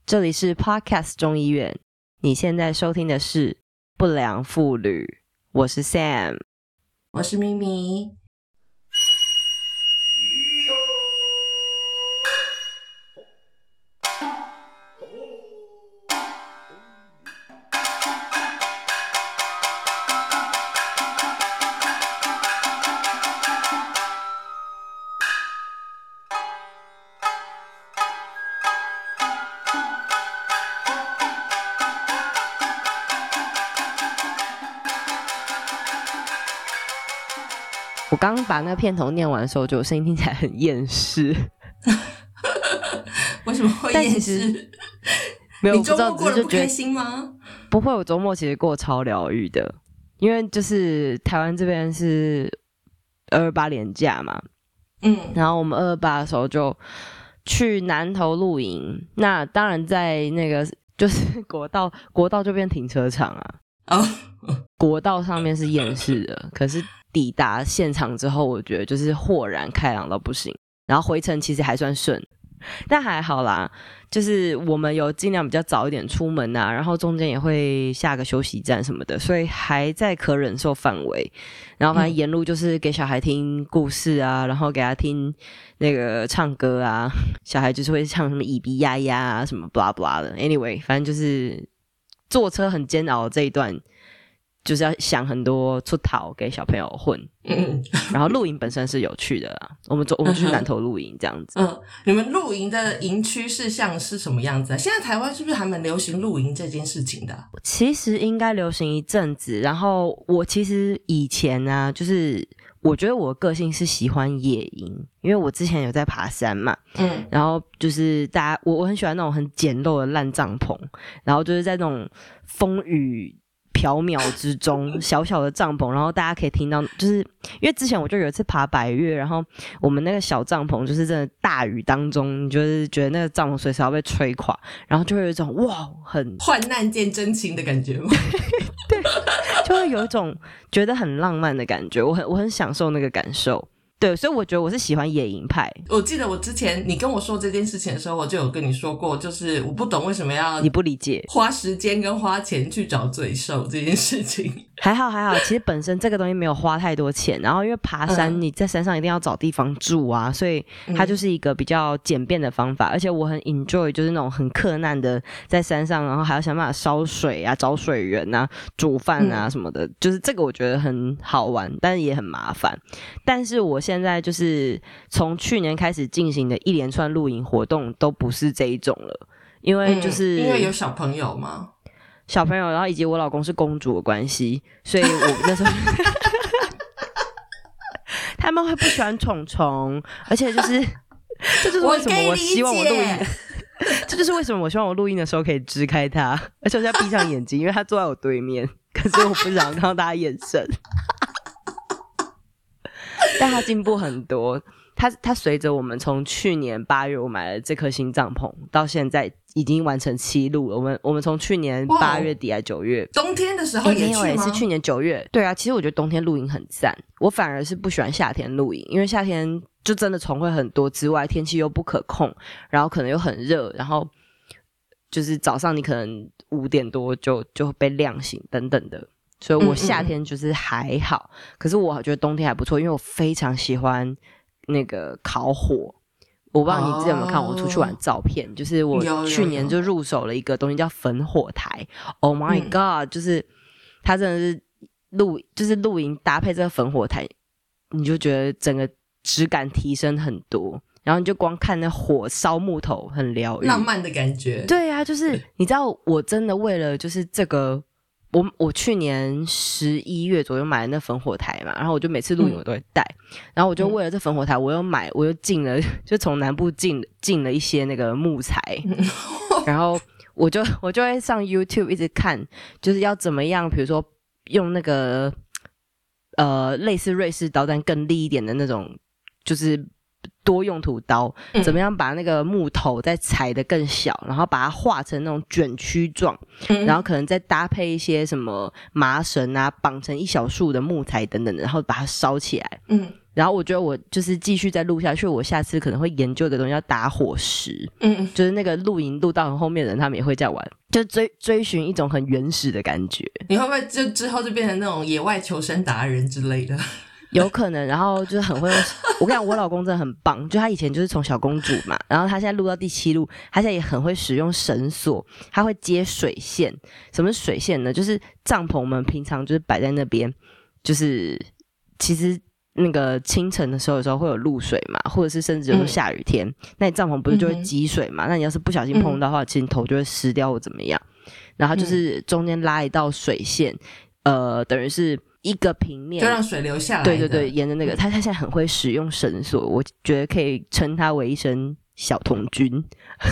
这里是 Podcast 中医院，你现在收听的是不良妇女，我是 Sam， 我是咪咪。 我刚把那个片头念完的时候，就声音听起来很厌世。 为什么会厌世？ 没有， 你周末过得不开心吗？ 不会，我周末其实过超疗愈的，因为就是台湾这边是228连假嘛，然后我们228的时候就去南投露营，那当然在那个就是国道就变停车场啊，国道上面是厌世的，可是抵达现场之后，我觉得就是豁然开朗到不行。然后回程其实还算顺，但还好啦，就是我们有尽量比较早一点出门啊，然后中间也会下个休息站什么的，所以还在可忍受范围。然后反正沿路就是给小孩听故事啊，然后给他听那个唱歌啊，小孩就是会唱什么咿咿呀呀啊，什么 blah blah 的。Anyway， 反正就是坐车很煎熬的这一段。就是要想很多出逃给小朋友混，然后露营本身是有趣的啦。我们去南投露营这样子。 你们露营的营区是什么样子啊？现在台湾是不是还蛮流行露营这件事情的？ 其实应该流行一阵子，然后我其实以前啊，就是我觉得我的个性是喜欢野营，因为我之前有在爬山嘛，然后就是我很喜欢那种很简陋的烂帐篷，然后就是在那种风雨缥缈之中，小小的帐篷，然后大家可以听到，就是因为之前我就有一次爬百岳，然后我们那个小帐篷就是真的大雨当中，你就是觉得那个帐篷随时要被吹垮，然后就会有一种哇，很患难见真情的感觉吗？ 对，就会有一种觉得很浪漫的感觉，我很享受那个感受。对，所以我觉得我是喜欢野营派。 我记得我之前你跟我说这件事情的时候，我就有跟你说过，就是我不懂为什么要你不理解花时间跟花钱去找罪受这件事情。 还好，其实本身这个东西没有花太多钱，然后因为爬山你在山上一定要找地方住啊，所以它就是一个比较简便的方法，而且我很 enjoy 就是那种很克难的在山上，然后还要想办法烧水啊、找水源啊、煮饭啊什么的，就是这个我觉得很好玩，但是也很麻烦。但是我现在就是从去年开始进行的一连串露营活动都不是这一种了，因为就是因为有小朋友吗？ 小朋友，然后以及我老公是公主的关系，所以我那时候他们会不喜欢虫虫，而且就是这就是为什么我希望我录音，这就是为什么我希望我录音的时候可以支开他，而且我要闭上眼睛，因为他坐在我对面，可是我不想看到他的眼神。但他进步很多，他随着我们从去年8月我买了这颗新帐篷，到现在已经完成7路了。我们从去年8月底还9月， 冬天的时候也去吗？ 没有，是去年9月。对啊，其实我觉得冬天露营很赞，我反而是不喜欢夏天露营，因为夏天就真的虫会很多之外，天气又不可控，然后可能又很热，然后就是早上你可能5点多就被亮醒等等的。所以我夏天就是还好，可是我觉得冬天还不错，因为我非常喜欢那个烤火。我不知道你之前有没有看我出去玩照片，就是我去年就入手了一个东西叫焚火台。Oh my god，就是它真的是露营搭配这个焚火台，你就觉得整个质感提升很多，然后你就光看那火烧木头很疗愈， 浪漫的感觉。 对啊，就是你知道我真的为了就是这个。我去年11月左右买了那焚火台嘛，然后我就每次露营我都会带，然后我就为了这焚火台，我又进了，就从南部进了一些那个木材，然后我就会上 YouTube 一直看，就是要怎么样，比如说用那个类似瑞士刀但更利一点的那种，就是多用途刀，怎么样把那个木头再裁得更小，然后把它画成那种卷曲状，然后可能再搭配一些什么麻绳啊，绑成一小束的木材等等的，然后把它烧起来， 然后我觉得我就是继续再录下去，我下次可能会研究一个东西叫打火石，就是那个露营录到很后面的人他们也会这样玩，就追寻一种很原始的感觉。 你会不会就之后就变成那种野外求生达人之类的？ 有可能，然后就是很会用。我跟你讲，我老公真的很棒，就他以前就是从小公主嘛，然后他现在录到第7录，他现在也很会使用绳索，他会接水线。什么是水线呢？就是帐篷们平常就是摆在那边，就是其实那个清晨的时候，有时候会有露水嘛，或者是甚至有时候下雨天，那你帐篷不是就会积水嘛？那你要是不小心碰到的话，其实你头就会湿掉或怎么样。然后就是中间拉一道水线，等于是一个平面， 就让水流下来的。 对对对，沿着那个，他现在很会使用绳索，我觉得可以称他为一声小童军。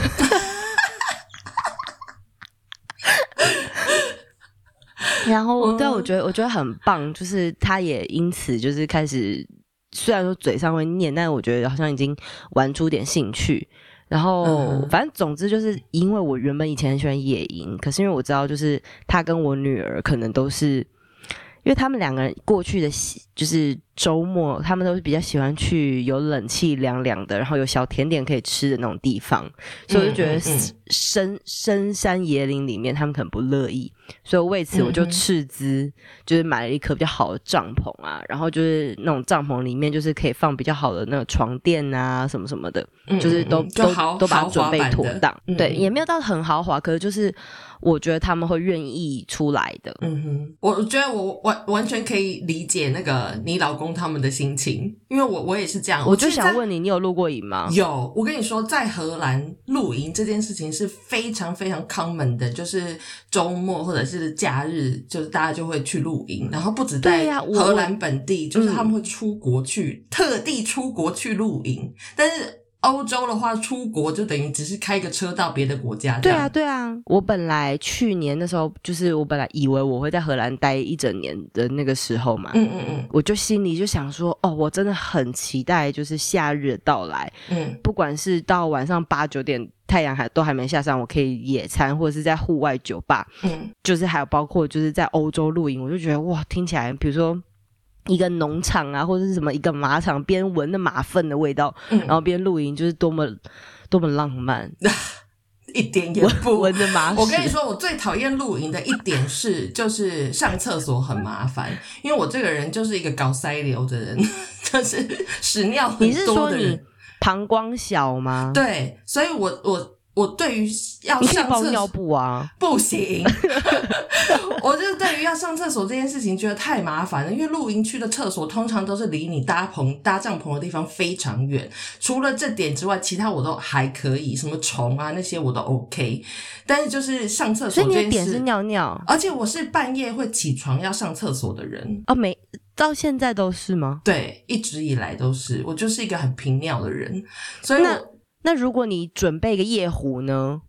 然后对，我觉得很棒，就是他也因此就是开始，虽然说嘴上会念，但我觉得好像已经玩出点兴趣。然后反正总之就是因为我原本以前很喜欢野营，可是因为我知道就是他跟我女儿可能都是因为他们两个人过去的就是周末他们都是比较喜欢去有冷气凉凉的，然后有小甜点可以吃的那种地方，所以我就觉得深山野岭里面他们可能不乐意，所以为此我就斥资就是买了一颗比较好的帐篷啊，然后就是那种帐篷里面就是可以放比较好的那个床垫啊什么什么的，就是都把它准备妥当。对，也没有到很豪华，可是就是我觉得他们会愿意出来的。 我觉得我完全可以理解那个你老公他们的心情，因为我也是这样。 我就想问你有露过营吗？ 有，我跟你说，在荷兰露营这件事情是非常非常 common 的，就是周末或者是假日，就是大家就会去露营，然后不止在荷兰本地，就是他们会出国去，特地出国去露营，但是欧洲的话，出国就等于只是开个车到别的国家。 对啊，对啊。我本来去年的时候，就是我本来以为我会在荷兰待一整年的那个时候嘛，我就心里就想说，哦，我真的很期待，就是夏日的到来。不管是到晚上8、9点，太阳都还没下山，我可以野餐，或者是在户外酒吧，就是还有包括就是在欧洲露营，我就觉得哇，听起来，比如说一个农场啊，或者是什么一个马场，边闻着马粪的味道，然后边露营，就是多么浪漫。 一点也不闻着马屎。 我跟你说，我最讨厌露营的一点就是上厕所很麻烦，因为我这个人就是一个搞塞流的人，就是屎尿很多的人。 你是说你膀胱小吗？ 对，所以我对于要上厕所，你可以包尿布啊， 不行。我就是对于要上厕所这件事情觉得太麻烦了，因为露营区的厕所通常都是离你搭帐篷的地方非常远。除了这点之外，其他我都还可以，什么虫啊那些我都 OK。但是就是上厕所这件事， 所以你的点是尿尿， 而且我是半夜会起床要上厕所的人。 哦，到现在都是吗？ 对，一直以来都是。我就是一个很频尿的人，所以那如果你准备一个夜壶呢？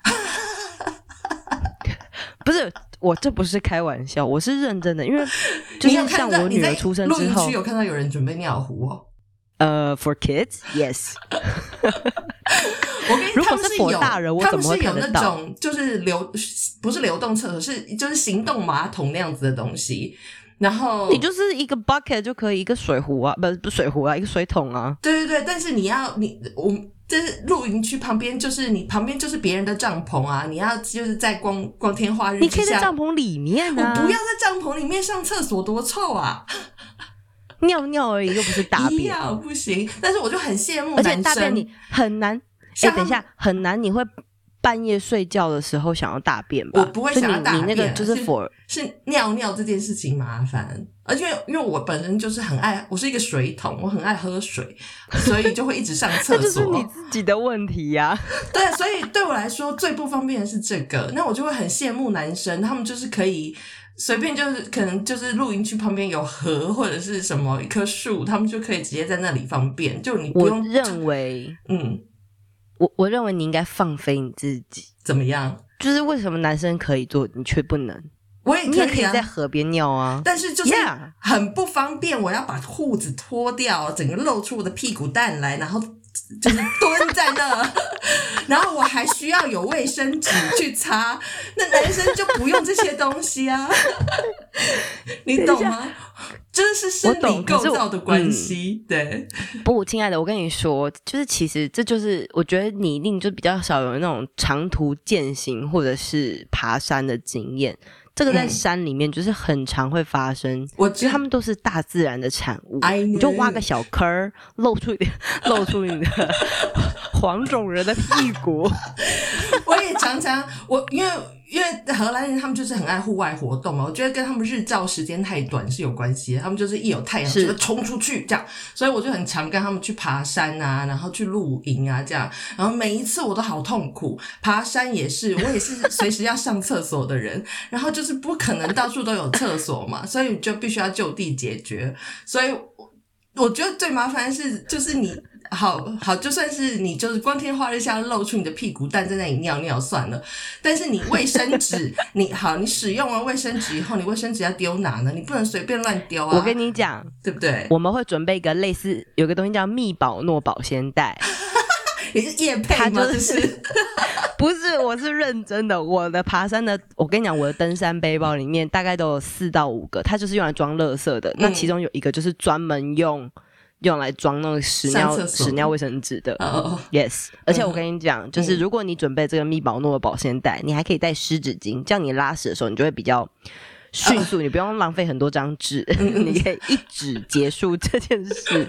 不是，我这不是开玩笑，我是认真的，因为就是像我女儿出生之后， 露营区有看到有人准备尿壶哦。 For kids, yes 。 我跟你如果是 for 大人，我怎么会看得到？ 他们是有那种就是不是流动厕所，就是行动马桶那样子的东西。然后你就是一个 bucket 就可以，一个水壶啊，不是水壶啊，一个水桶啊。 对对对，但是我就是露营区旁边，就是你旁边就是别人的帐篷啊，你要就是在光天化日之下， 你可以在帐篷里面啊。 我不要在帐篷里面上厕所，多臭啊！ 尿尿而已，又不是大便， 不行。但是我就很羡慕男生， 而且大便你很难。等一下，很难，你会半夜睡觉的时候想要大便吧？ 我不会想要大便， 你那个就是是尿尿这件事情麻烦，而且因为我本身就是我是一个水桶，我很爱喝水，所以就会一直上厕所。 这就是你自己的问题呀。 对，所以对我来说最不方便的是这个，那我就会很羡慕男生，他们就是可以随便就是可能就是露营区旁边有河或者是什么一棵树，他们就可以直接在那里方便，就你不用。 我认为，我认为你应该放飞你自己。 怎么样？ 就是为什么男生可以做，你却不能？ 我也可以啊， 你也可以在河边尿啊， 但是就是很不方便。我要把裤子脱掉，整个露出我的屁股蛋来，然后就是蹲在那，然后我还需要有卫生纸去擦。那男生就不用这些东西啊，你懂吗？ 这是生理构造的关系。对， 不，亲爱的，我跟你说，就是其实这就是我觉得你一定就比较少有那种长途健行或者是爬山的经验。这个在山里面就是很常会发生，我觉得他们都是大自然的产物。你就挖个小坑，露出你的黄种人的屁股。 我也常常，因为荷兰人他们就是很爱户外活动嘛，我觉得跟他们日照时间太短是有关系的，他们就是一有太阳就会冲出去这样，所以我就很常跟他们去爬山啊，然后去露营啊这样，然后每一次我都好痛苦，爬山也是，我也是随时要上厕所的人，然后就是不可能到处都有厕所嘛，所以就必须要就地解决，所以我觉得最麻烦的是就是你好，就算是你就是光天化日下露出你的屁股蛋在那里尿尿算了，但是你卫生纸，你使用完卫生纸以后，你卫生纸要丢哪呢？你不能随便乱丢啊！ 我跟你讲， 对不对？ 我们会准备一个类似有个东西叫密保诺保鲜袋， 你是业配吗？就是不是？我是认真的。我的爬山的，我跟你讲，我的登山背包里面大概都有4到5个，它就是用来装垃圾的。那其中有一个就是专门用来装那种屎尿卫生纸的。Yes， 而且我跟你讲，就是如果你准备这个密保诺的保鲜袋，你还可以带湿纸巾，这样你拉屎的时候你就会比较迅速，你不用浪费很多张纸，你可以一纸结束这件事。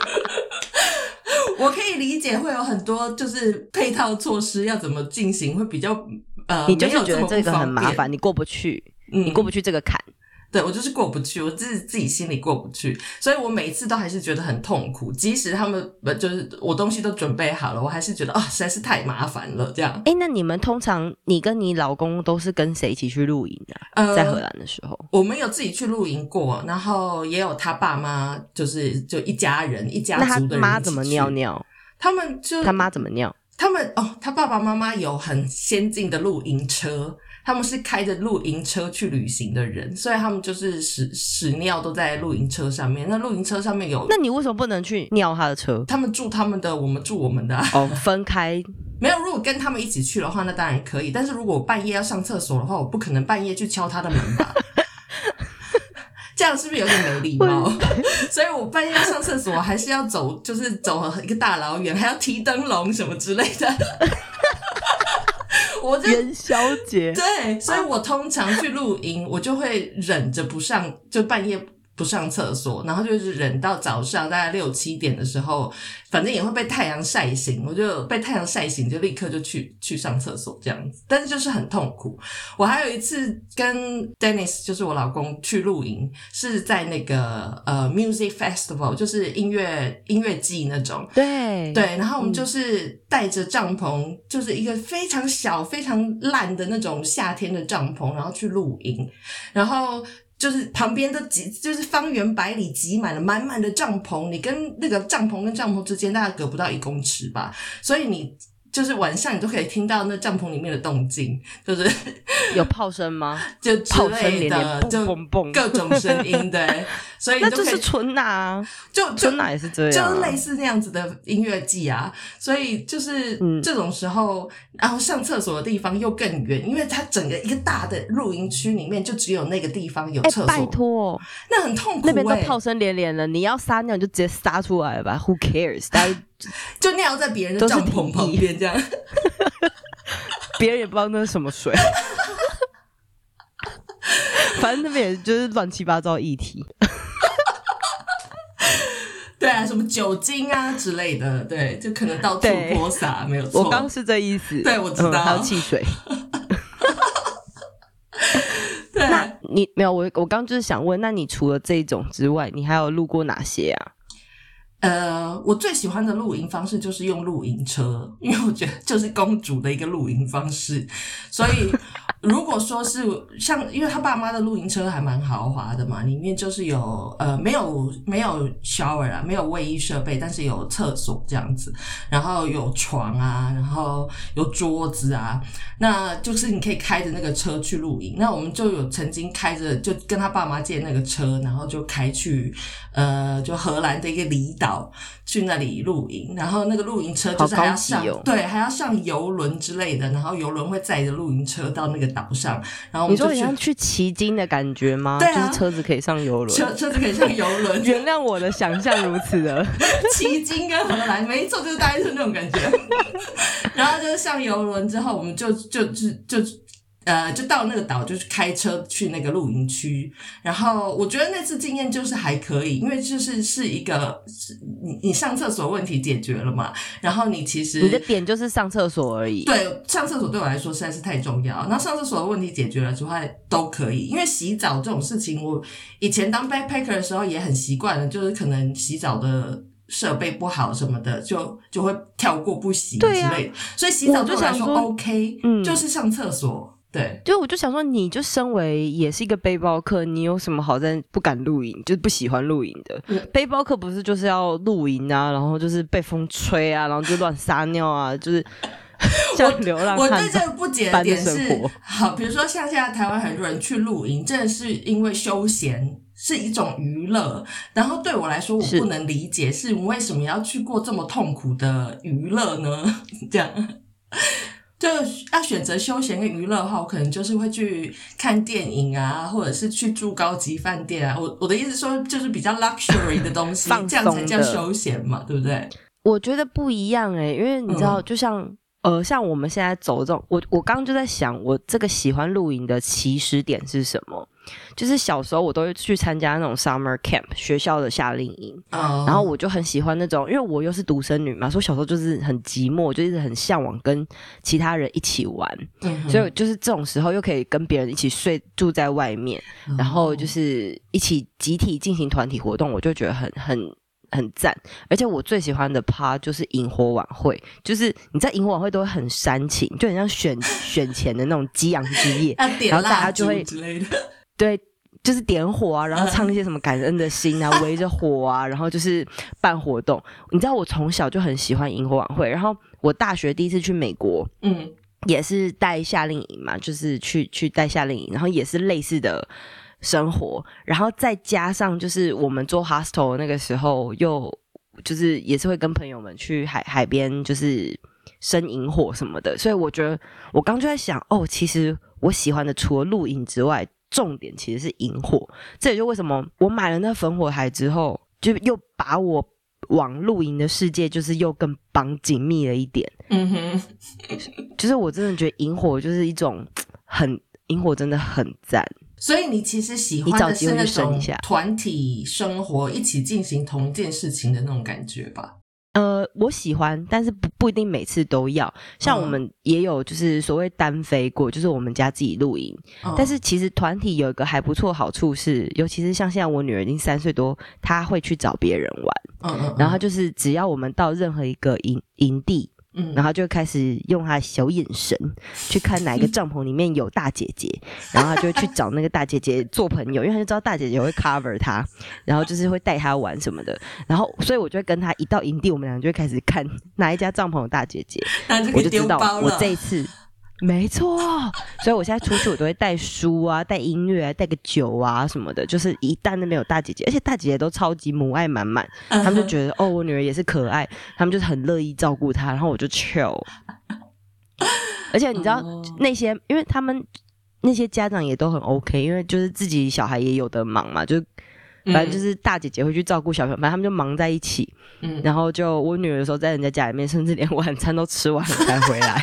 我可以理解会有很多就是配套措施要怎么进行会比较你就是觉得这个很麻烦，你过不去，你过不去这个坎。 对，我就是过不去，我自己心里过不去，所以我每一次都还是觉得很痛苦，即使他们就是我东西都准备好了，我还是觉得实在是太麻烦了这样。 那你们通常你跟你老公都是跟谁一起去露营啊？在荷兰的时候我们有自己去露营过，然后也有他爸妈，就一家人一家族的人一起去。 那他妈怎么尿？ 他妈怎么尿？ 他爸爸妈妈有很先进的露营车，他们是开着露营车去旅行的人，所以他们就是屎尿都在露营车上面。那露营车上面有， 那你为什么不能去尿他的车？ 他们住他们的，我们住我们的分开。 没有，如果跟他们一起去的话，那当然可以。但是如果我半夜要上厕所的话，我不可能半夜去敲他的门吧。这样是不是有点没礼貌？所以我半夜要上厕所还是要走一个大老远，还要提灯笼什么之类的。 元宵节。 对，所以我通常去露营，我就会忍着不上，就半夜不上厕所，然后就是忍到早上大概6、7点的时候，反正也会被太阳晒醒，我就被太阳晒醒就立刻就去上厕所这样子，但是就是很痛苦。我还有一次跟 Dennis 就是我老公去露营，是在那个Music Festival， 就是音乐季那种。对，然后我们就是带着帐篷，就是一个非常小非常烂的那种夏天的帐篷，然后去露营，然后就是旁边都就是方圆百里挤满了满满的帐篷，你跟那个帐篷跟帐篷之间大概隔不到1公尺吧，所以你就是晚上你都可以听到那帐篷里面的动静，就是有炮声吗？ 就之类的，就各种声音，对，所以你就可以那就是春啊， 就春啊也是这样， 就是类似那样子的音乐季啊，所以就是这种时候，然后上厕所的地方又更远，因为它整个一个大的露营区里面就只有那个地方有厕所， 拜托， 那很痛苦， 那边都炮声连连了，你要撒尿你就直接撒出来了吧 ，Who cares？ 大家就尿在别人的帐篷旁边这样， 别人也不知道那是什么水，反正那边也就是乱七八糟议题。 对啊，什么酒精啊之类的，对，就可能到处泼洒，没有错。 我刚是这意思， 对，我知道， 还有汽水。 对， 那你没有我刚就是想问，那你除了这种之外，你还有录过哪些啊？ 我最喜欢的露营方式就是用露营车，因为我觉得就是公主的一个露营方式，所以如果说是像，因为他爸妈的露营车还蛮豪华的嘛，里面就是有没有 shower 啊，没有卫浴设备，但是有厕所这样子，然后有床啊，然后有桌子啊，那就是你可以开着那个车去露营。那我们就有曾经开着，就跟他爸妈借那个车，然后就开去就荷兰的一个离岛去那里露营，然后那个露营车就是还要上，对，还要上邮轮之类的，然后邮轮会载着露营车到那个岛上，然后我们就你说像去旗津的感觉吗？ 对啊， 就是车子可以上邮轮， 车子可以上邮轮。 原谅我的想象如此的。 旗津跟荷兰，没错，就是大概是那种感觉。然后就是上邮轮之后，我们就到那个岛，就是开车去那个露营区。然后我觉得那次经验就是还可以，因为是一个你上厕所问题解决了嘛，然后你其实你的点就是上厕所而已。 对，上厕所对我来说实在是太重要。那上厕所的问题解决了之外都可以，因为洗澡这种事情，我以前当 backpacker 的时候也很习惯了，就是可能洗澡的设备不好什么的，就会跳过不洗之类的。所以洗澡对我来说 OK， 就是上厕所。对， 就我就想说，你就身为也是一个背包客，你有什么好在不敢露营，就是不喜欢露营的？背包客不是就是要露营啊，然后就是被风吹啊，然后就乱撒尿啊，就是像流浪汉。 我对这个不解的点是，好，比如说像现在台湾很多人去露营，真的是因为休闲。是一种娱乐，然后对我来说，我不能理解是为什么要去过这么痛苦的娱乐呢？这样。就要选择休闲跟娱乐的话，我可能就是会去看电影啊，或者是去住高级饭店啊。我的意思说，就是比较 luxury 的东西，这样才叫休闲嘛，对不对？ 我觉得不一样因为你知道，就像像我们现在走这种，我刚刚就在想，我这个喜欢露营的起始点是什么？就是小时候我都会去参加那种 summer camp 学校的夏令营，然后我就很喜欢那种，因为我又是独生女嘛，所以小时候就是很寂寞，我就一直很向往跟其他人一起玩，所以就是这种时候又可以跟别人一起睡，住在外面，然后就是一起集体进行团体活动，我就觉得很赞。而且我最喜欢的趴就是萤火晚会，就是你在萤火晚会都会很煽情，就很像选前的那种激昂之夜，然后大家就会之类的， 对，就是点火啊，然后唱一些什么感恩的心啊，围着火啊，然后就是办活动。你知道我从小就很喜欢萤火晚会，然后我大学第一次去美国，也是带夏令营嘛，就是去带夏令营，然后也是类似的生活，然后再加上就是我们做 hostel 那个时候，又就是也是会跟朋友们去海边，就是生萤火什么的，所以我觉得我刚就在想，其实我喜欢的除了露营之外，重点其实是萤火。这也就为什么我买了那烽火台之后，就又把我往露营的世界就是又更绑紧密了一点。就是我真的觉得萤火就是一种萤火真的很赞。 所以你其实喜欢的是那种团体生活，一起进行同一件事情的那种感觉吧？ 我喜欢，但是不一定每次都要。像我们也有就是所谓单飞过，就是我们家自己露营。但是其实团体有一个还不错好处是，尤其是像现在我女儿已经3岁多，她会去找别人玩。然后就是只要我们到任何一个营地，然后就开始用他的小眼神去看哪一个帐篷里面有大姐姐，然后他就会去找那个大姐姐做朋友，因为他就知道大姐姐会 cover 他，然后就是会带他玩什么的。然后所以我就会跟他一到营地，我们俩就会开始看哪一家帐篷有大姐姐，我就知道我这一次没错。所以我现在出去我都会带书啊，带音乐啊，带个酒啊什么的，就是一旦那边有大姐姐，而且大姐姐都超级母爱满满，他们就觉得我女儿也是可爱，他们就是很乐意照顾她，然后我就 chill。 而且你知道那些因为他们那些家长也都很 OK， 因为就是自己小孩也有得忙嘛，就反正就是大姐姐会去照顾小朋友，反正他们就忙在一起。然后就我女儿的时候在人家家里面，甚至连晚餐都吃完了才回来。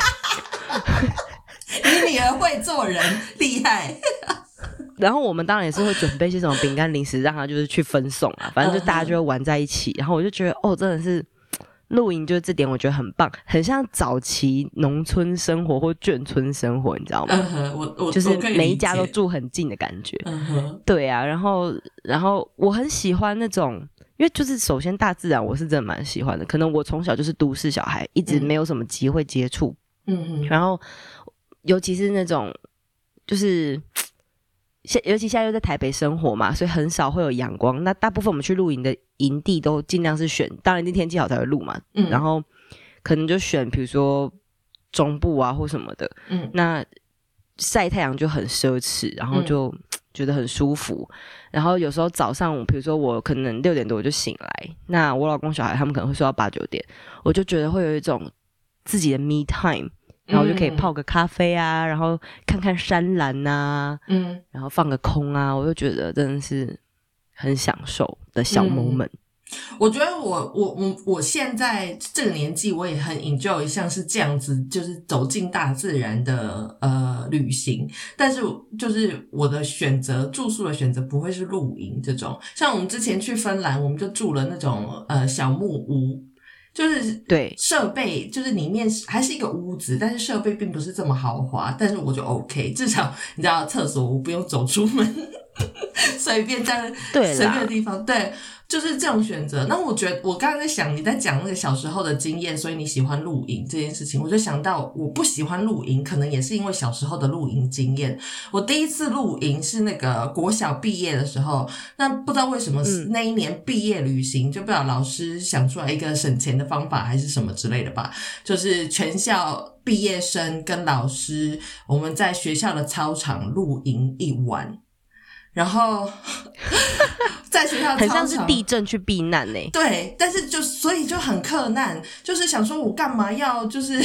你女儿会做人，厉害。 然后我们当然也是会准备一些什么饼干零食让她就是去分送啊，反正就大家就会玩在一起。然后我就觉得真的是露营，就是这点我觉得很棒，很像早期农村生活或眷村生活，你知道吗？就是每一家都住很近的感觉。对啊，然后我很喜欢那种，因为就是首先大自然我是真的蛮喜欢的，可能我从小就是都市小孩，一直没有什么机会接触。然后尤其是那种就是尤其现在又在台北生活嘛，所以很少会有阳光，那大部分我们去露营的营地都尽量是选，当然一定天气好才会露嘛。然后可能就选比如说中部啊或什么的。那晒太阳就很奢侈，然后就觉得很舒服。然后有时候早上比如说我可能6点多我就醒来，那我老公小孩他们可能会睡到8、9点，我就觉得会有一种自己的 me time， 然后就可以泡个咖啡啊，然后看看山岚啊，然后放个空啊，我就觉得真的是很享受的小 moment。 我觉得我现在这个年纪，我也很 enjoy 像是这样子，就是走进大自然的旅行。但是就是我的选择，住宿的选择不会是露营这种。像我们之前去芬兰，我们就住了那种小木屋，就是对设备就是里面还是一个屋子，但是设备并不是这么豪华，但是我就 OK， 至少你知道厕所我不用走出门，随便在随便的地方，对。就是这种选择。那我觉得我刚刚在想你在讲那个小时候的经验，所以你喜欢露营这件事情，我就想到我不喜欢露营，可能也是因为小时候的露营经验。我第一次露营是那个国小毕业的时候，那不知道为什么那一年毕业旅行，就不知道老师想出来一个省钱的方法还是什么之类的吧，就是全校毕业生跟老师我们在学校的操场露营一晚。然后在学校操场很像是地震去避难欸。 对，但是所以就很克难，就是想说我干嘛要就是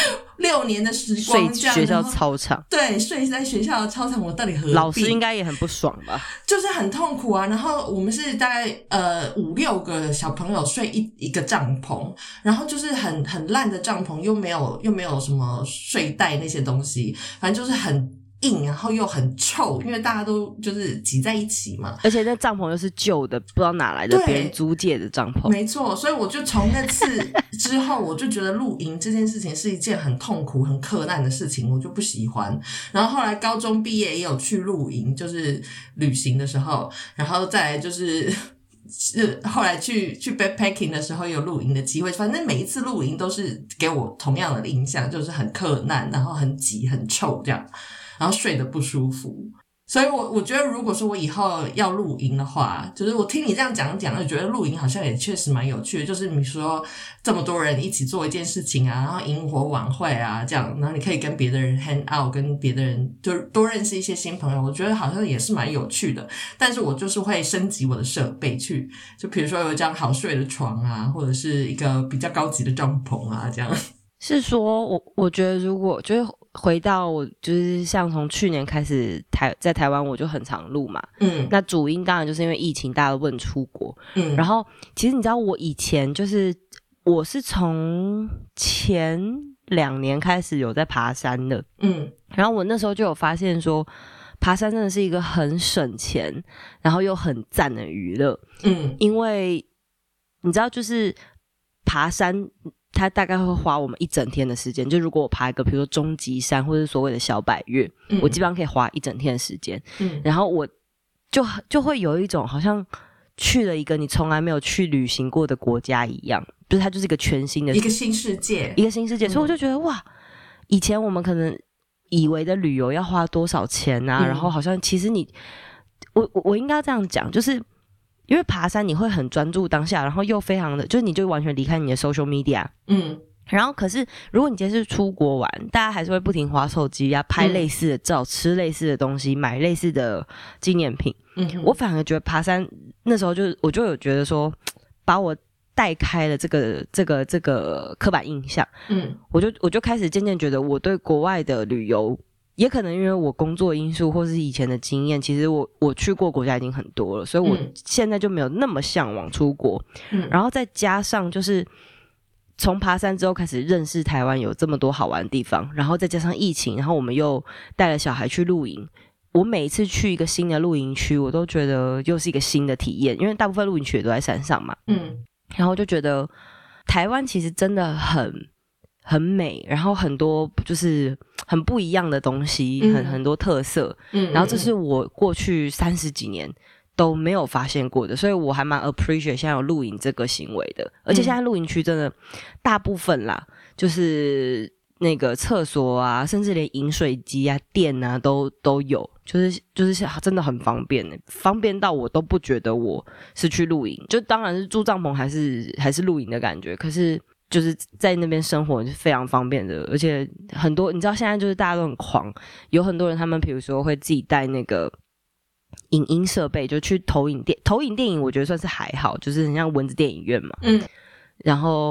6年的时光这样睡学校操场， 对，睡在学校的操场，我到底何必？ 老师应该也很不爽吧？ 就是很痛苦啊。然后我们是大概5-6个小朋友睡一个帐篷，然后就是很烂的帐篷，又没有什么睡袋那些东西，反正就是很硬，然后又很臭，因为大家都就是挤在一起嘛。 而且那帐篷又是旧的，不知道哪来的，别人租借的帐篷。 没错，所以我就从那次之后，我就觉得露营这件事情是一件很痛苦、很克难的事情，我就不喜欢。然后后来高中毕业也有去露营，就是旅行的时候，然后再来就是后来去 backpacking 的时候有露营的机会，反正每一次露营都是给我同样的印象，就是很克难，然后很挤、很臭这样。然后睡得不舒服，所以我觉得如果说我以后要露营的话，就是我听你这样讲就觉得露营好像也确实蛮有趣的，就是你说这么多人一起做一件事情啊，然后萤火晚会啊这样，然后你可以跟别的人 hang out， 跟别的人就多认识一些新朋友，我觉得好像也是蛮有趣的。但是我就是会升级我的设备去，就比如说有一张好睡的床啊，或者是一个比较高级的帐篷啊这样。 是说我觉得如果就是回到我就是像从去年开始在台湾我就很常录嘛，那主因当然就是因为疫情大家都不能出国，然后其实你知道我以前就是我是从前2年开始有在爬山的，然后我那时候就有发现说爬山真的是一个很省钱然后又很赞的娱乐，因为你知道就是爬山它大概会花我们1整天的时间，就如果我爬一个比如说终极山或者所谓的小百岳，我基本上可以花1整天的时间，然后我就会有一种好像去了一个你从来没有去旅行过的国家一样，就是它就是一个全新的一个新世界， 所以我就觉得哇，以前我们可能以为的旅游要花多少钱啊，然后好像其实我应该要这样讲，就是因为爬山你会很专注当下，然后又非常的就是你就完全离开你的 social media，然后可是如果你今天是出国玩，大家还是会不停滑手机啊，拍类似的照，吃类似的东西，买类似的纪念品，我反而觉得爬山那时候我就有觉得说把我带开了这个刻板印象，我就开始渐渐觉得我对国外的旅游，也可能因为我工作因素或是以前的经验，其实我去过国家已经很多了，所以我现在就没有那么向往出国，然后再加上就是从爬山之后开始认识台湾有这么多好玩的地方，然后再加上疫情，然后我们又带了小孩去露营，我每一次去一个新的露营区，我都觉得又是一个新的体验，因为大部分露营区也都在山上嘛，然后就觉得台湾其实真的很美，然后很多就是很不一样的东西，很多特色，然后这是我过去30几年都没有发现过的，所以我还蛮 appreciate 现在有露营这个行为的，而且现在露营区真的大部分啦，就是那个厕所啊，甚至连饮水机啊、电啊都有，就是真的很方便欸，方便到我都不觉得我是去露营，就当然是住帐篷还是露营的感觉，可是就是在那边生活是非常方便的，而且很多你知道现在就是大家都很狂，有很多人他们比如说会自己带那个影音设备，就去投影电影，我觉得算是还好，就是很像蚊子电影院嘛，然后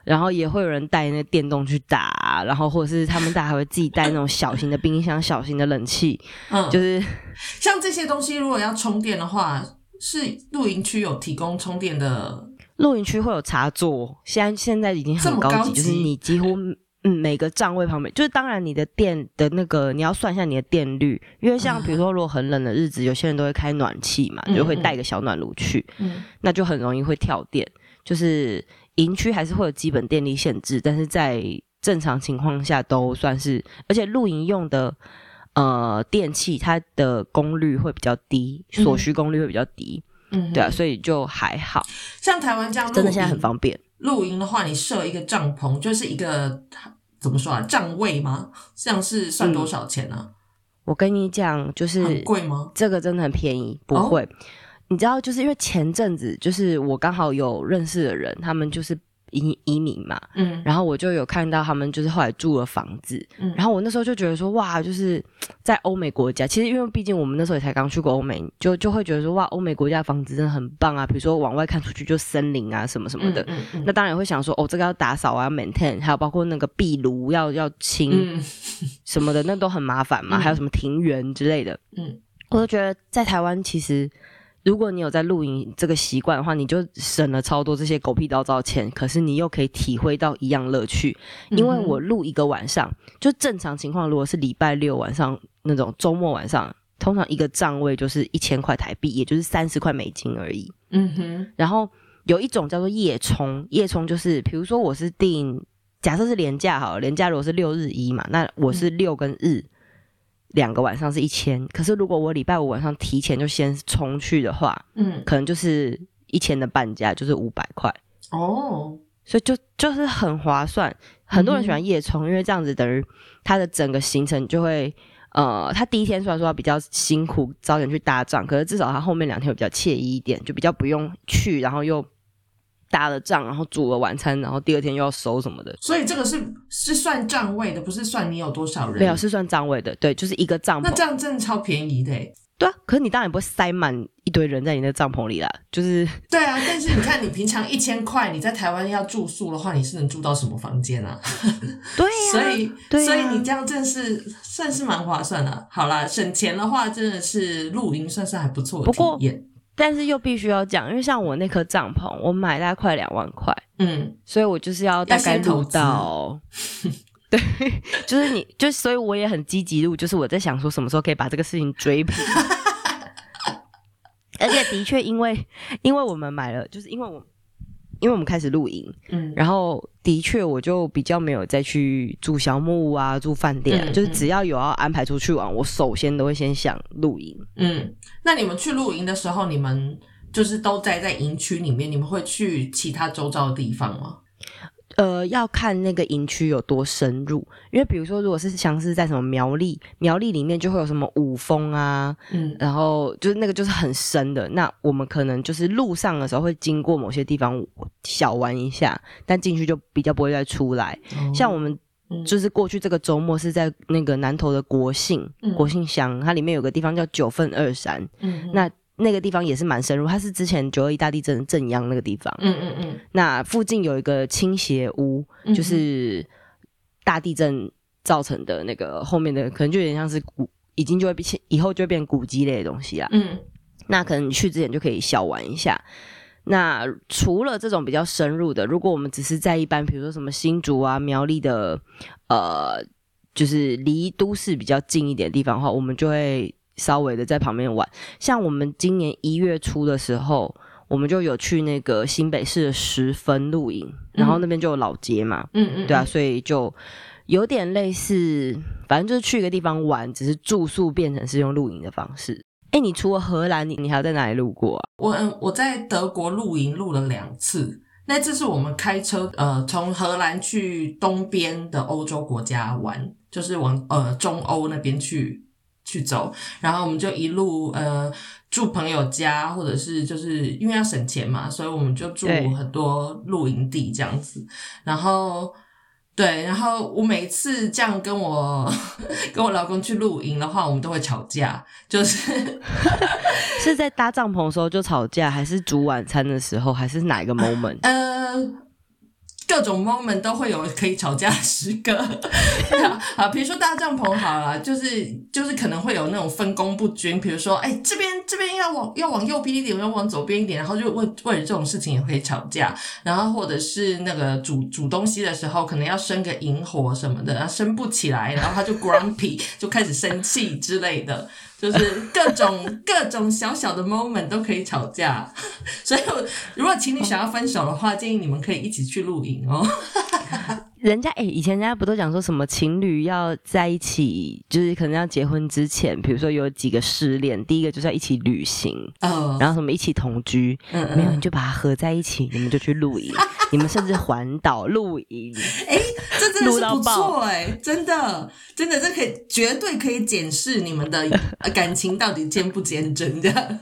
然后也会有人带那个电动去打，然后或者是他们还会自己带那种小型的冰箱、小型的冷气，就是像这些东西如果要充电的话，是露营区有提供充电的。 露营区会有插座，现在已经很高级，就是你几乎每个帐位旁边，就是当然你的电的那个你要算一下你的电率，因为像比如说如果很冷的日子，有些人都会开暖气嘛，就会带一个小暖炉去，那就很容易会跳电。就是营区还是会有基本电力限制，但是在正常情况下都算是，而且露营用的电器它的功率会比较低，所需功率会比较低。对啊，所以就还好。 像台湾这样真的现在很方便。 露营的话，你设一个帐篷，就是一个怎么说啊，帐位吗？这样是算多少钱呢？ 我跟你讲，就是很贵吗？ 这个真的很便宜，不会。你知道，就是因为前阵子就是我刚好有认识的人，他们就是移民嘛，然后我就有看到他们就是后来住了房子，然后我那时候就觉得说哇，就是在欧美国家，其实因为毕竟我们那时候也才刚去过欧美，就会觉得说哇，欧美国家的房子真的很棒啊，比如说往外看出去就森林啊什么什么的，那当然会想说哦，这个要打扫啊，要 maintain， 还有包括那个壁炉要清什么的，那都很麻烦嘛，还有什么庭园之类的，我就觉得在台湾其实。如果你有在露营这个习惯的话，你就省了超多这些狗屁倒灶钱，可是你又可以体会到一样乐趣。因为我露一个晚上，就正常情况，如果是礼拜六晚上那种周末晚上，通常一个帐位就是1000块台币，也就是30块美金而已。然后有一种叫做夜冲，夜冲就是比如说我是订，假设是连假好了，连假如果是6日1嘛，那我是6跟日。2个晚上是1000，可是如果我礼拜5晚上提前就先冲去的话，可能就是1000的半价，就是500块哦，所以就是很划算。很多人喜欢夜冲，因为这样子等于他的整个行程就会，他第一天虽然说比较辛苦，早点去搭帐，可是至少他后面2天会比较惬意一点，就比较不用去，然后又。搭了帐，然后煮了晚餐，然后第2天又要收什么的， 所以这个是算帐位的，不是算你有多少人。 没有，是算帐位的，对，就是一个帐篷。 那这样真的超便宜的耶。 对啊，可是你当然不会塞满一堆人在你的帐篷里啦，就是对啊，但是你看你平常1000块，你在台湾要住宿的话，你是能住到什么房间啊？ 对呀， 所以你这样真的是算是蛮划算的。好啦，省钱的话，真的是露营算是还不错的体验。 但是又必须要讲，因为像我那颗帐篷，我买大概快2万块，所以我就是要大概录到，对，就是所以我也很积极录，就是我在想说什么时候可以把这个事情追平，而且的确因为我们买了，就是因为我们开始露营，然后的确我就比较没有再去住小木屋啊，住饭店，就是只要有要安排出去玩，我首先都会先想露营。 那你们去露营的时候，你们就是都在营区里面，你们会去其他周遭的地方吗？ 要看那个营区有多深入，因为比如说如果是像是在什么苗栗里面就会有什么五峰啊，然后就是那个就是很深的，那我们可能就是路上的时候会经过某些地方小玩一下，但进去就比较不会再出来。像我们就是过去这个周末是在那个南投的国姓乡，它里面有个地方叫9份2山，那个地方也是蛮深入，它是之前921大地震的震央那个地方。那附近有一个倾斜屋，就是大地震造成的那个后面的，可能就有点像是已经就会以后就会变古迹类的东西啦。那可能你去之前就可以小玩一下。那除了这种比较深入的，如果我们只是在一般比如说什么新竹啊苗栗的就是离都市比较近一点的地方的话，我们就会稍微的在旁边玩。像我们今年1月初的时候，我们就有去那个新北市的10分露营，然后那边就有老街嘛，对啊，所以就有点类似，反正就是去一个地方玩，只是住宿变成是用露营的方式。你除了荷兰，你还有在哪里露过啊？ 我在德国露营露了2次，那次是我们开车从荷兰去东边的欧洲国家玩，就是往中欧那边去走，然后我们就一路住朋友家，或者是就是因为要省钱嘛，所以我们就住很多露营地这样子。然后对，然后我每次这样跟我老公去露营的话，我们都会吵架，就是是在搭帐篷的时候就吵架，还是煮晚餐的时候，还是哪一个 moment？ 各种 moment 都会有可以吵架的时刻。好，比如说搭帐篷好了，就是可能会有那种分工不均，比如说这边要往右边一点，要往左边一点，然后就为了这种事情也会吵架。然后或者是那个煮东西的时候，可能要生个引火什么的，然后生不起来，然后他就 grumpy 就开始生气之类的。就是各种小小的 moment 都可以吵架，所以如果情侣想要分手的话，建议你们可以一起去露营哦。 人家以前人家不都讲说什么情侣要在一起，就是可能要结婚之前，比如说有几个试炼，第一个就是要一起旅行，然后什么一起同居，没有你就把它合在一起，你们就去露营，你们甚至环岛露营， 这真的是不错真的这绝对可以检视你们的感情到底坚不坚贞这样。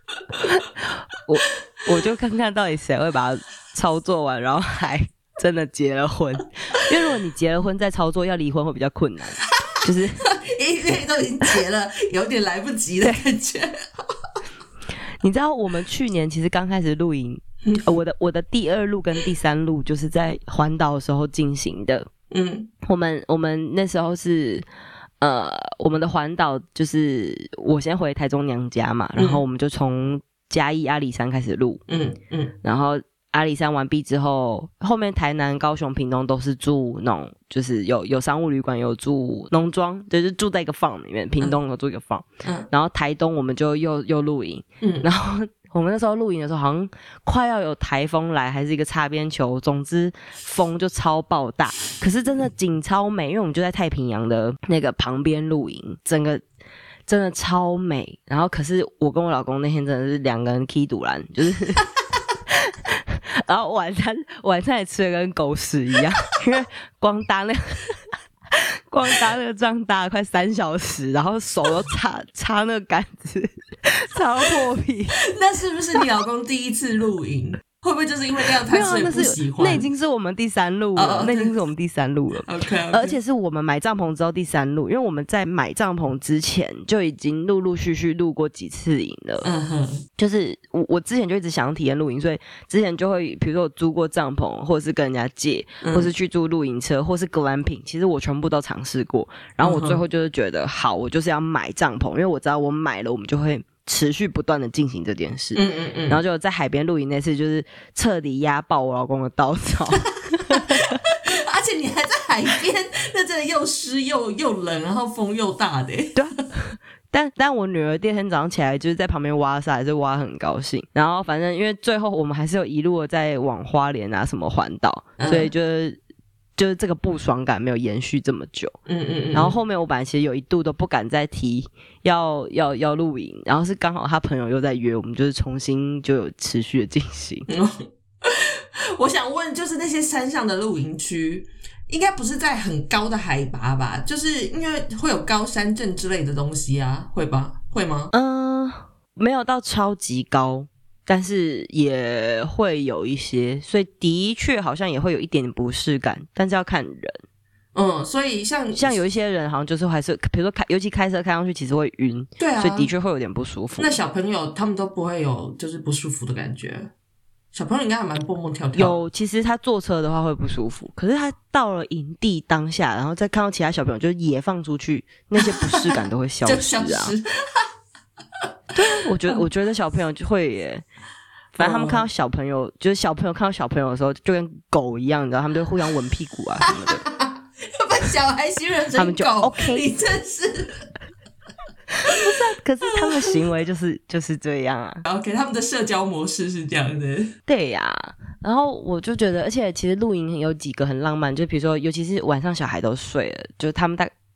我就看看到底谁会把它操作完，然后还真的结了婚，因为如果你结了婚再操作，要离婚会比较困难，就是因为都已经结了，有点来不及的感觉。 你知道我们去年其实刚开始露营，我的第2露跟第3露就是在环岛的时候进行的。我们那时候是我们的环岛就是我先回台中娘家嘛，然后我们就从嘉义阿里山开始露，然后阿里山完毕之后，后面台南、高雄、屏东都是住那种，就是有商务旅馆，有住农庄，就是住在一个farm里面。屏东有住一个farm，然后台东我们就又露营，然后我们那时候露营的时候，好像快要有台风来，还是一个擦边球，总之风就超爆大，可是真的景超美，因为我们就在太平洋的那个旁边露营，整个真的超美。然后可是我跟我老公那天真的是2个人起赌篮，就是然后晚餐也吃得跟狗屎一样，因为光搭那个帐搭了快3小时，然后手都插那个杆子，超破皮。 那是不是你老公第一次露营？会不会就是因为那样太水不喜欢？ 那已经是我们第3露了，那已经是我们第3露了。 Okay. 而且是我们买帐篷之后第3露，因为我们在买帐篷之前就已经陆陆续续露过几次营了。就是我之前就一直想要体验露营，所以之前就会比如说我租过帐篷，或者是跟人家借，或是去租露营车，或是 glamping， 其实我全部都尝试过。然后我最后就是觉得好，我就是要买帐篷，因为我知道我买了，我们就会持续不断的进行这件事。然后就在海边露营那次，就是彻底压爆我老公的稻草。 而且你还在海边，那真的又湿又冷，然后风又大的。 对啊。但我女儿第二天早上起来就是在旁边挖沙，还是挖很高兴。然后反正因为最后我们还是有一路的在往花莲啊什么环岛，所以就是这个不爽感没有延续这么久。然后后面我本来其实有一度都不敢再提要露营，然后是刚好他朋友又在约，我们就是重新就有持续的进行。 我想问，就是那些山上的露营区应该不是在很高的海拔吧？就是因为会有高山症之类的东西啊，会吧？会吗？ 没有到超级高，但是也会有一些，所以的确好像也会有一点点不适感，但是要看人。 所以像有一些人好像就是还是，比如说尤其开车开上去其实会晕， 对啊， 所以的确会有点不舒服。 那小朋友他们都不会有就是不舒服的感觉？小朋友应该还蛮蹦蹦跳跳。 有，其实他坐车的话会不舒服，可是他到了营地当下，然后再看到其他小朋友就也放出去，那些不适感都会消失啊。 就消失。 对啊，我觉得小朋友就会耶。反正他们看到小朋友，就是小朋友看到小朋友的时候，就跟狗一样，你知道，他们就互相闻屁股啊什么的。 把小孩形容成狗， 他们就 OK， 你真是。 不是啊，可是他们的行为就是这样啊。 OK， 他们的社交模式是这样的。 对呀，然后我就觉得，而且其实露营有几个很浪漫，就比如说，尤其是晚上小孩都睡了，就是他们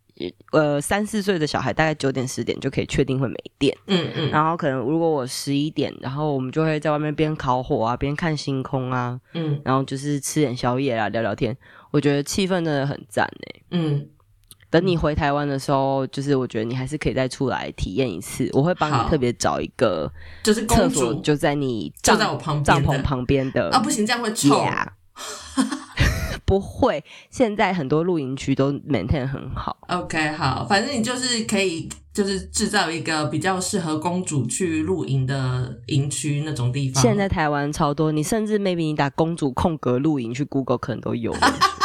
3、4岁的小孩大概9点10点就可以确定会没电。然后可能如果我11点，然后我们就会在外面边烤火啊，边看星空啊，然后就是吃点宵夜啊，聊聊天。我觉得气氛真的很赞欸。等你回台湾的时候，就是我觉得你还是可以再出来体验一次。我会帮你特别找一个， 就是厕所就在你就在我旁边帐篷旁边的啊，不行，这样会臭。 Yeah. 不会，现在很多露营区都 maintain 很好。 OK， 好，反正你就是可以就是制造一个比较适合公主去露营的营区那种地方。 现在台湾超多，你甚至 maybe 你打公主空格露营去 Google 可能都有。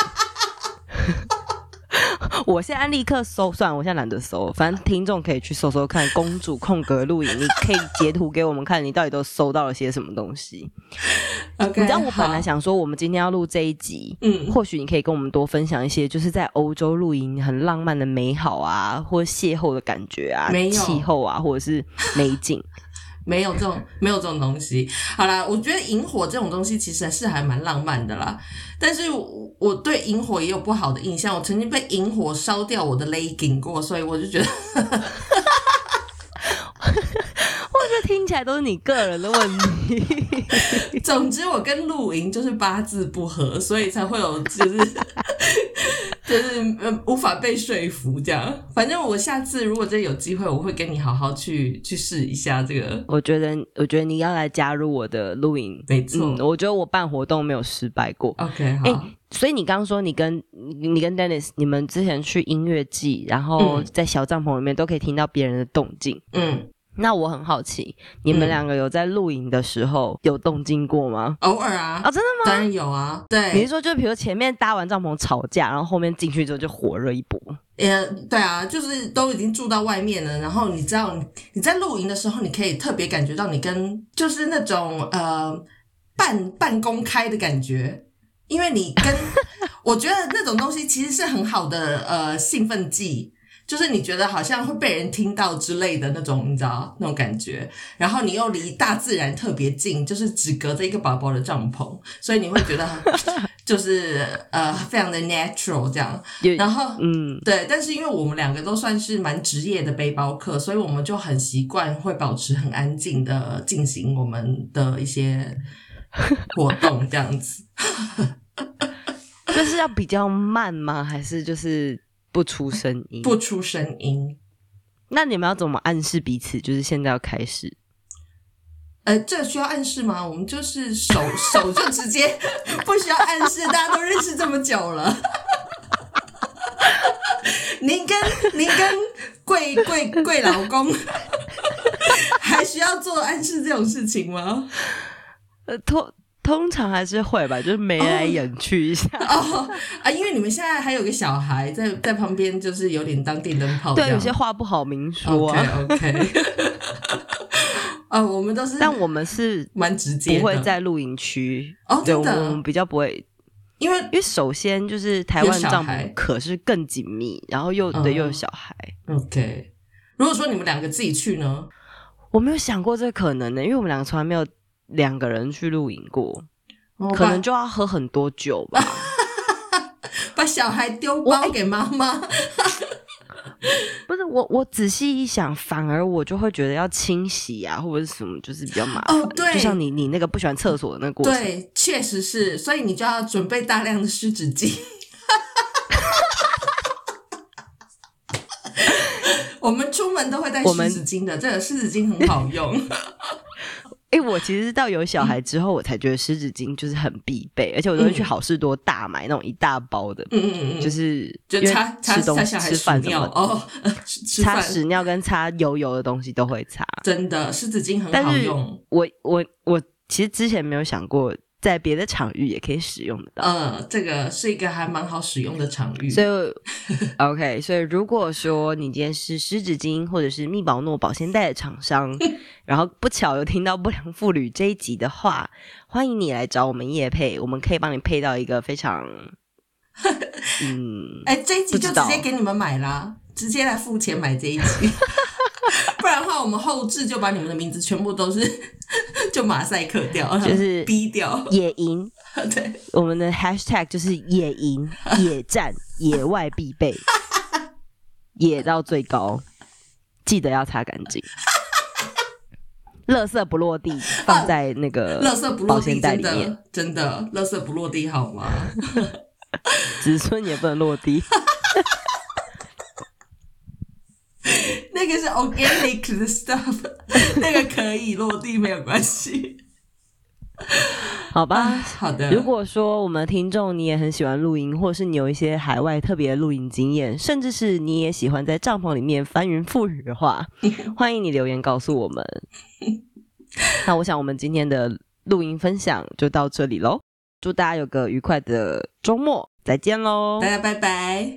我现在立刻搜，算了，我现在懒得搜，反正听众可以去搜搜看公主空格露营，你可以截图给我们看，你到底都搜到了些什么东西。 Okay, 你知道我本来想说我们今天要录这一集，或许你可以跟我们多分享一些就是在欧洲露营很浪漫的美好啊，或者邂逅的感觉啊，气候啊，或者是美景。 没有这种东西。好啦，我觉得萤火这种东西其实是还蛮浪漫的啦，但是我对萤火也有不好的印象，我曾经被萤火烧掉我的 legging 过，所以我就觉得或者听起来都是你个人的问题。 总之我跟露营就是八字不合，所以才会有就是无法被说服这样。反正我下次如果真有机会，我会跟你好好去试一下这个。 我觉得你要来加入我的露营， 没错。 我觉得我办活动没有失败过。 OK， 好。 所以你刚刚说你跟 Dennis 你们之前去音乐季，然后在小帐篷里面都可以听到别人的动静。那我很好奇，你们两个有在露营的时候有动静过吗？ 偶尔啊。 真的吗？ 当然有啊。对， 你是说就比如前面搭完帐篷吵架，然后后面进去之后就火热一波？ 对啊，就是都已经住到外面了，然后你知道你在露营的时候，你可以特别感觉到你跟就是那种半公开的感觉，因为你跟我觉得那种东西其实是很好的兴奋剂。就是你觉得好像会被人听到之类的那种，你知道那种感觉，然后你又离大自然特别近，就是只隔着一个薄薄的帐篷，所以你会觉得就是非常的 natural 这样。然后对，但是因为我们两个都算是蛮职业的背包客，所以我们就很习惯会保持很安静的进行我们的一些活动这样子。 就是要比较慢吗？还是就是不出声音？ 不出声音。 那你们要怎么暗示彼此？就是现在要开始。 这需要暗示吗？我们就是手就直接不需要暗示，大家都认识这么久了。您跟贵老公还需要做暗示这种事情吗？ 通常还是会吧，就是眉来眼去一下。 因为你们现在还有个小孩在旁边，就是有点当电灯泡这样。 对，有些话不好明说啊。 OK 我们都是， 但我们是蛮直接的， 不会在露营区。 对， 我们比较不会，因为首先就是台湾帐篷可是更紧密，然后又有小孩。 OK， 如果说你们两个自己去呢？ 我没有想过这个可能的，因为我们两个从来没有2个人去露营过，可能就要喝很多酒吧。 把小孩丢包给妈妈。 不是我仔细一想，反而我就会觉得要清洗啊，或者是什么，就是比较麻烦。 对， 就像你那个不喜欢厕所的那个过程。 对，确实是，所以你就要准备大量的湿纸巾。我们出门都会带湿纸巾的，这个湿纸巾很好用。 我其实到有小孩之后，我才觉得湿纸巾就是很必备，而且我都会去好事多大买那种一大包的，就是擦小孩吃饭尿擦屎尿跟擦油的东西都会擦。 真的，湿纸巾很好用。 我其实之前没有想过，在别的场域也可以使用得到。 这个是一个还蛮好使用的场域。 所以 OK， 所以如果说你今天是湿纸巾或者是密保诺保鲜袋的厂商，然后不巧有听到不良妇女这一集的话，欢迎你来找我们业配，我们可以帮你配到一个非常这一集就直接给你们买啦，直接来付钱买这一集。不然的话我们后置就把你们的名字全部都是就马赛克掉，就是逼掉野营。 对， 我们的 hashtag 就是野营、野战、野外必备，野到最高，记得要擦干净。垃圾不落地，放在那个保鲜袋里面。 真的，垃圾不落地好吗？ 子孙也不能落地。 那个是 organic 的 stuff， 那个可以落地没有关系。 好吧， 好的。 如果说我们听众你也很喜欢露营，或是你有一些海外特别的露营经验，甚至是你也喜欢在帐篷里面翻云覆雨的话，欢迎你留言告诉我们。那我想我们今天的露营分享就到这里咯，祝大家有个愉快的周末，再见咯， 大家拜拜。